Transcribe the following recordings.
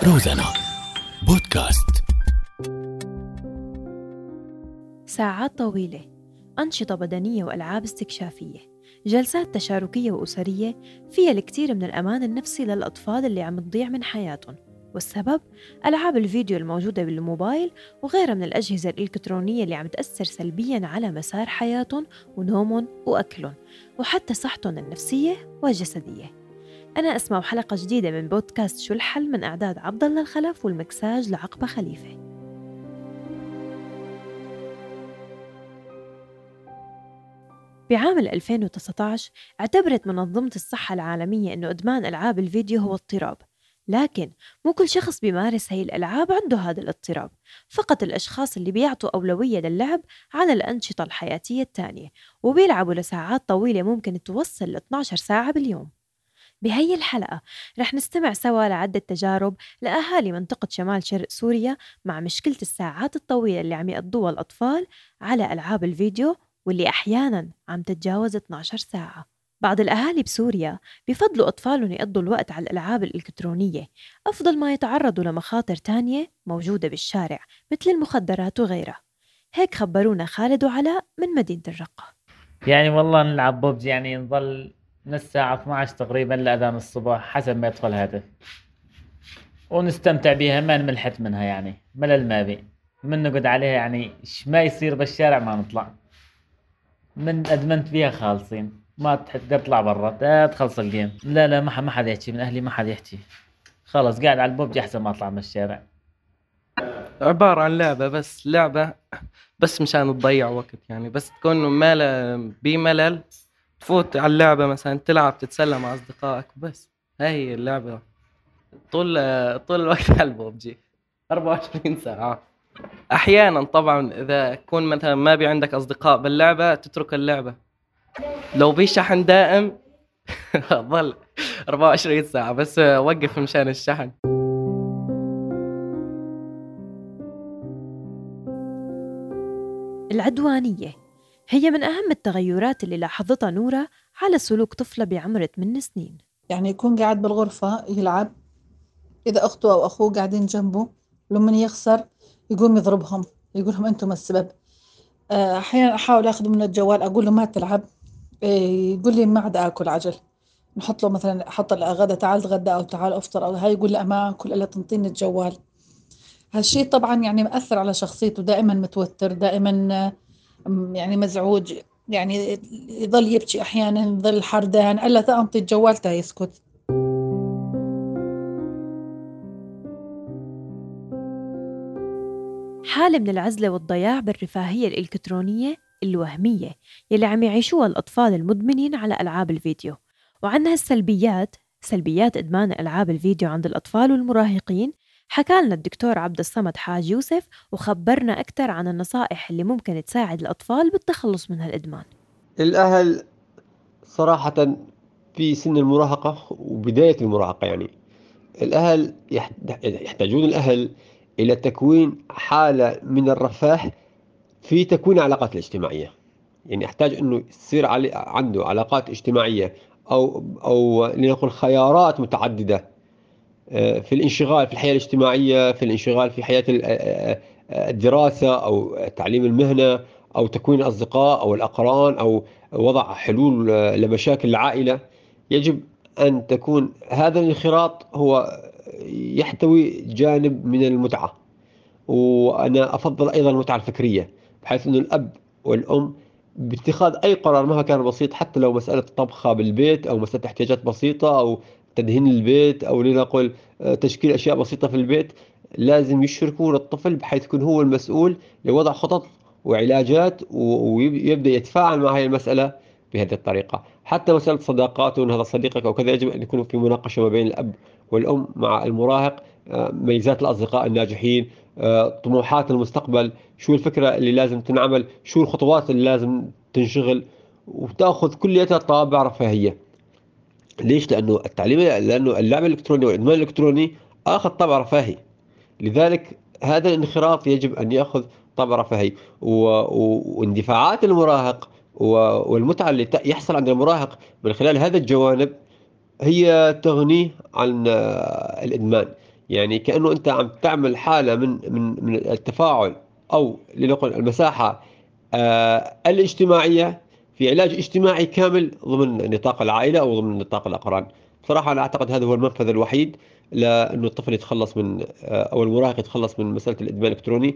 روزانا بودكاست. ساعات طويلة، أنشطة بدنية وألعاب استكشافية، جلسات تشاركية وأسرية فيها الكثير من الأمان النفسي للأطفال اللي عم تضيع من حياتهم. والسبب ألعاب الفيديو الموجودة بالموبايل وغيرها من الأجهزة الإلكترونية اللي عم تأثر سلبياً على مسار حياتهم ونومهم وأكلهم وحتى صحتهم النفسية والجسدية. أنا أسمع حلقة جديدة من بودكاست شو الحل من إعداد عبد الله الخلف والمكساج لعقبة خليفة. بعام 2019 اعتبرت منظمة الصحة العالمية أنه إدمان ألعاب الفيديو هو اضطراب، لكن مو كل شخص بيمارس هاي الألعاب عنده هذا الاضطراب، فقط الأشخاص اللي بيعطوا أولوية للعب على الأنشطة الحياتية التانية وبيلعبوا لساعات طويلة ممكن توصل ل 12 ساعة باليوم. بهي الحلقة رح نستمع سوا لعدة تجارب لأهالي منطقة شمال شرق سوريا مع مشكلة الساعات الطويلة اللي عم يقضوها الأطفال على ألعاب الفيديو واللي أحياناً عم تتجاوز 12 ساعة. بعض الأهالي بسوريا بيفضلوا أطفالهم يقضوا الوقت على الألعاب الإلكترونية أفضل ما يتعرضوا لمخاطر تانية موجودة بالشارع مثل المخدرات وغيرها. هيك خبرونا خالد وعلاء من مدينة الرقة. يعني والله نلعب ببجي، يعني نظل من الساعة 12 تقريبا لأذان الصبح حسب ما يدخل هاتف، ونستمتع بيها، ما نملحت منها، يعني ملل ما بي من نقعد عليها، يعني ما يصير بالشارع ما نطلع، من أدمنت بيها خالصين، ما تقدر تطلع برا تخلص الجيم. لا ما حد يحكي من أهلي، ما حد يحكي، خلص قاعد على الببجي أحسن ما أطلع من الشارع. عبارة عن لعبة، بس لعبة بس مشان تضيع وقت، يعني بس تكون بملل تفوت على اللعبة مثلا تلعب تتسلى مع أصدقائك، بس هاي اللعبة طول الوقت على الببجي 24 ساعة. أحيانا طبعا إذا كون مثلا ما بي عندك أصدقاء باللعبة تترك اللعبة، لو بي شحن دائم ظل 24 ساعة، بس وقف مشان الشحن. العدوانية هي من أهم التغيرات اللي لاحظتها نورة على سلوك طفلة بعمر 8 سنين. يعني يكون قاعد بالغرفة يلعب، إذا أخته أو أخوه قاعدين جنبه لما يخسر يقوم يضربهم، يقولهم أنتم السبب. أحيانا أحاول أخذه من الجوال، أقول له ما تلعب، يقول لي ما عاد أكل عجل. نحط له مثلا، أحط له غدا تعال تغدى أو تعال أفطر أو هاي، يقول لا ما أكل إلا تنطيني الجوال. هالشي طبعا يعني مأثر على شخصيته، دائما متوتر، دائما يعني مزعوج، يعني يظل يبكي، أحيانا يظل حردان، ألا تأنطي الجوال تا يسكت. حالة من العزلة والضياع بالرفاهية الإلكترونية الوهمية يلي عم يعيشوها الأطفال المدمنين على ألعاب الفيديو. وعنها سلبيات إدمان ألعاب الفيديو عند الأطفال والمراهقين. حكى لنا الدكتور عبد الصمد حاج يوسف وخبرنا أكثر عن النصائح اللي ممكن تساعد الأطفال بالتخلص من هالإدمان. الأهل صراحة في سن المراهقة وبداية المراهقة، يعني الأهل يحتاجون الأهل إلى تكوين حالة من الرفاه في تكوين العلاقات الاجتماعية. يعني يحتاج أنه يصير عنده علاقات اجتماعية أو لنقول خيارات متعددة في الانشغال في الحياة الاجتماعية، في الانشغال في حياة الدراسة أو تعليم المهنة أو تكوين الأصدقاء أو الأقران أو وضع حلول لمشاكل العائلة. يجب أن تكون هذا الانخراط هو يحتوي جانب من المتعة، وأنا أفضل أيضا المتعة الفكرية، بحيث أن الأب والأم باتخاذ أي قرار مهما كان بسيط، حتى لو مسألة طبخة بالبيت أو مسألة احتياجات بسيطة أو تدهين البيت أو لنقل تشكيل أشياء بسيطة في البيت، لازم يشركون الطفل بحيث يكون هو المسؤول لوضع خطط وعلاجات ويبدأ يتفاعل مع هذه المسألة بهذه الطريقة. حتى مسألة صداقاته، أن هذا صديقك أو كذا، يجب أن يكون في مناقشة ما بين الأب والأم مع المراهق، ميزات الأصدقاء الناجحين، طموحات المستقبل، شو الفكرة اللي لازم تنعمل، شو الخطوات اللي لازم تنشغل، وتأخذ كليتها طابع رفاهية. ليش؟ لأنه اللعب الإلكتروني والإدمان الإلكتروني أخذ طابع رفاهي، لذلك هذا الانخراط يجب أن يأخذ طابع رفاهي. واندفاعات المراهق والمتعة اللي يحصل عند المراهق من خلال هذا الجوانب هي تغنيه عن الإدمان. يعني كأنه أنت عم تعمل حالة من التفاعل، أو لنقل المساحة الاجتماعية في علاج اجتماعي كامل ضمن نطاق العائلة أو ضمن نطاق الأقران. بصراحة أنا أعتقد هذا هو المنفذ الوحيد لأنه الطفل يتخلص من أو المراهق يتخلص من مسألة الإدمان الإلكتروني.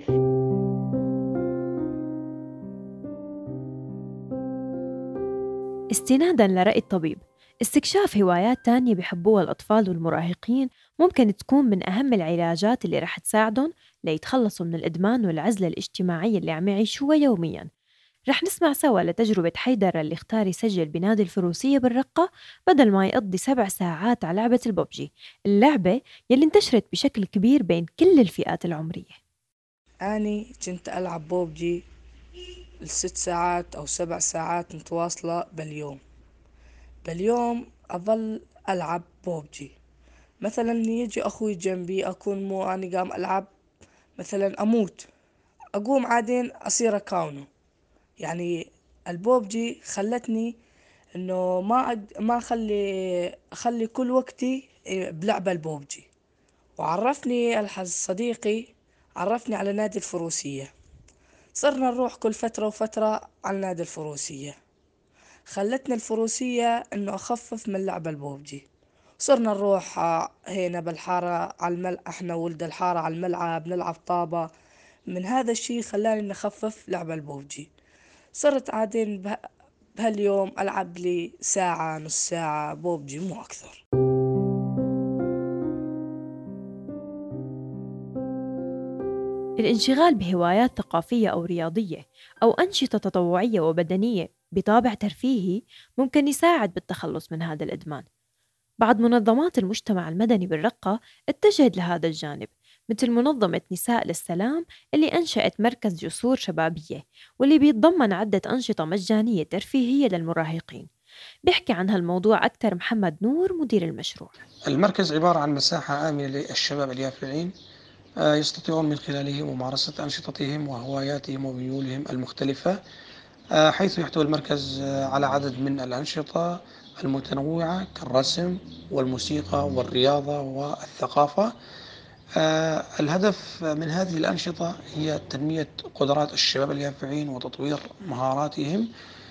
استناداً لرأي الطبيب، استكشاف هوايات تانية بيحبوها الأطفال والمراهقين ممكن تكون من أهم العلاجات اللي رح تساعدهم ليتخلصوا من الإدمان والعزلة الاجتماعية اللي عم يعيشوها يومياً. رح نسمع سوا لتجربة حيدر اللي اختار يسجل بنادي الفروسية بالرقة بدل ما يقضي 7 ساعات على لعبة الببجي، اللعبة يلي انتشرت بشكل كبير بين كل الفئات العمرية. أني كنت ألعب ببجي 6 ساعات أو 7 ساعات متواصلة باليوم أظل ألعب ببجي. مثلا يجي أخوي جنبي أكون مو أنا قام ألعب، مثلا أموت أقوم عادين أصير أكاونه. يعني البوبجي خلتني إنه ما أخلي كل وقتي بلعب البوبجي. وعرفني صديقي عرفني على نادي الفروسية، صرنا نروح كل فترة وفترة على نادي الفروسية. خلتني الفروسية إنه أخفف من لعب البوبجي. صرنا نروح هنا بالحارة على احنا ولد الحارة على الملعب نلعب طابة. من هذا الشي خلاني نخفف لعب البوبجي. صرت عادين بهاليوم ألعب لي ساعة نص ساعة بوبجي مو أكثر. الانشغال بهوايات ثقافية أو رياضية أو أنشطة تطوعية وبدنية بطابع ترفيهي ممكن يساعد بالتخلص من هذا الإدمان. بعض منظمات المجتمع المدني بالرقة اتجهت لهذا الجانب، مثل منظمة نساء للسلام اللي أنشأت مركز جسور شبابية واللي بيتضمن عدة أنشطة مجانية ترفيهية للمراهقين. بيحكي عن هالموضوع أكثر محمد نور مدير المشروع. المركز عبارة عن مساحة آمنة للشباب اليافعين يستطيعون من خلاله ممارسة أنشطتهم وهواياتهم وميولهم المختلفة، حيث يحتوي المركز على عدد من الأنشطة المتنوعة كالرسم والموسيقى والرياضة والثقافة. الهدف من هذه الأنشطة هي تنمية قدرات الشباب اليافعين وتطوير مهاراتهم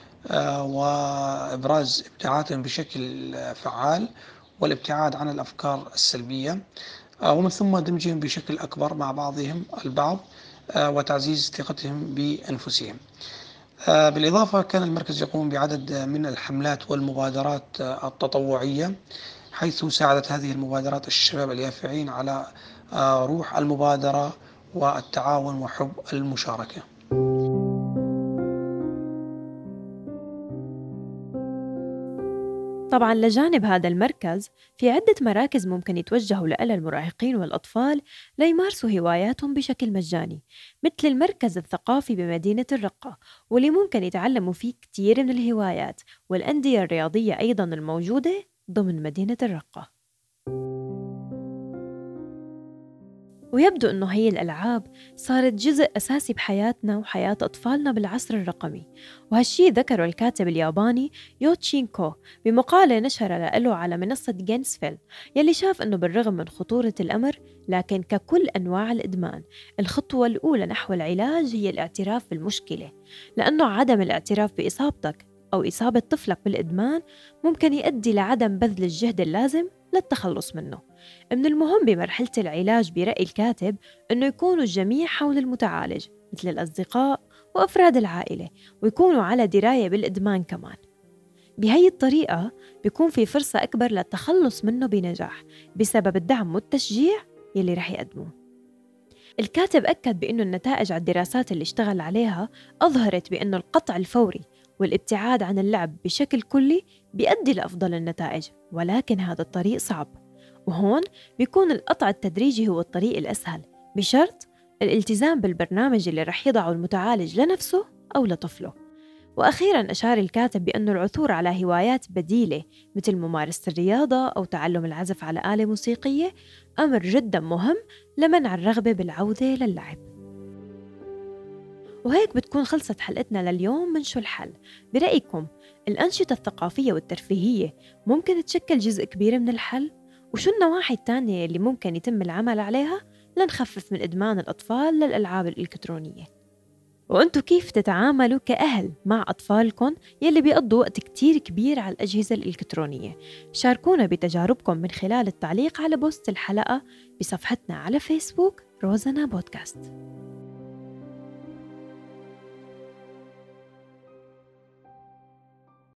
وإبراز إبداعاتهم بشكل فعال والابتعاد عن الأفكار السلبية، ومن ثم دمجهم بشكل أكبر مع بعضهم البعض وتعزيز ثقتهم بأنفسهم. بالإضافة كان المركز يقوم بعدد من الحملات والمبادرات التطوعية، حيث ساعدت هذه المبادرات الشباب اليافعين على روح المبادرة والتعاون وحب المشاركة. طبعاً لجانب هذا المركز في عدة مراكز ممكن يتوجهوا لها المراهقين والأطفال ليمارسوا هواياتهم بشكل مجاني، مثل المركز الثقافي بمدينة الرقة واللي ممكن يتعلموا فيه كتير من الهوايات، والأندية الرياضية أيضاً الموجودة ضمن مدينة الرقة. ويبدو أنه هي الألعاب صارت جزء أساسي بحياتنا وحياة أطفالنا بالعصر الرقمي، وهالشي ذكره الكاتب الياباني يوتشينكو بمقالة نشر له على منصة جينسفيل، يلي شاف أنه بالرغم من خطورة الأمر لكن ككل أنواع الإدمان الخطوة الأولى نحو العلاج هي الاعتراف بالمشكلة، لأنه عدم الاعتراف بإصابتك أو إصابة طفلك بالإدمان ممكن يؤدي لعدم بذل الجهد اللازم للتخلص منه. من المهم بمرحلة العلاج برأي الكاتب أنه يكونوا الجميع حول المتعالج مثل الأصدقاء وأفراد العائلة، ويكونوا على دراية بالإدمان كمان. بهي الطريقة بيكون في فرصة أكبر للتخلص منه بنجاح بسبب الدعم والتشجيع يلي رح يقدموه. الكاتب أكد بأنه النتائج على الدراسات اللي اشتغل عليها أظهرت بأنه القطع الفوري والابتعاد عن اللعب بشكل كلي بيؤدي لأفضل النتائج، ولكن هذا الطريق صعب، وهون بيكون القطع التدريجي هو الطريق الأسهل بشرط الالتزام بالبرنامج اللي رح يضعه المتعالج لنفسه أو لطفله. وأخيراً أشار الكاتب بأنه العثور على هوايات بديلة مثل ممارسة الرياضة أو تعلم العزف على آلة موسيقية أمر جداً مهم لمنع الرغبة بالعودة للعب. وهيك بتكون خلصت حلقتنا لليوم من شو الحل؟ برأيكم الأنشطة الثقافية والترفيهية ممكن تشكل جزء كبير من الحل؟ وشو النواحي التانية اللي ممكن يتم العمل عليها لنخفف من إدمان الأطفال للألعاب الإلكترونية. وأنتوا كيف تتعاملوا كأهل مع أطفالكم يلي بيقضوا وقت كتير كبير على الأجهزة الإلكترونية؟ شاركونا بتجاربكم من خلال التعليق على بوست الحلقة بصفحتنا على فيسبوك روزانا بودكاست.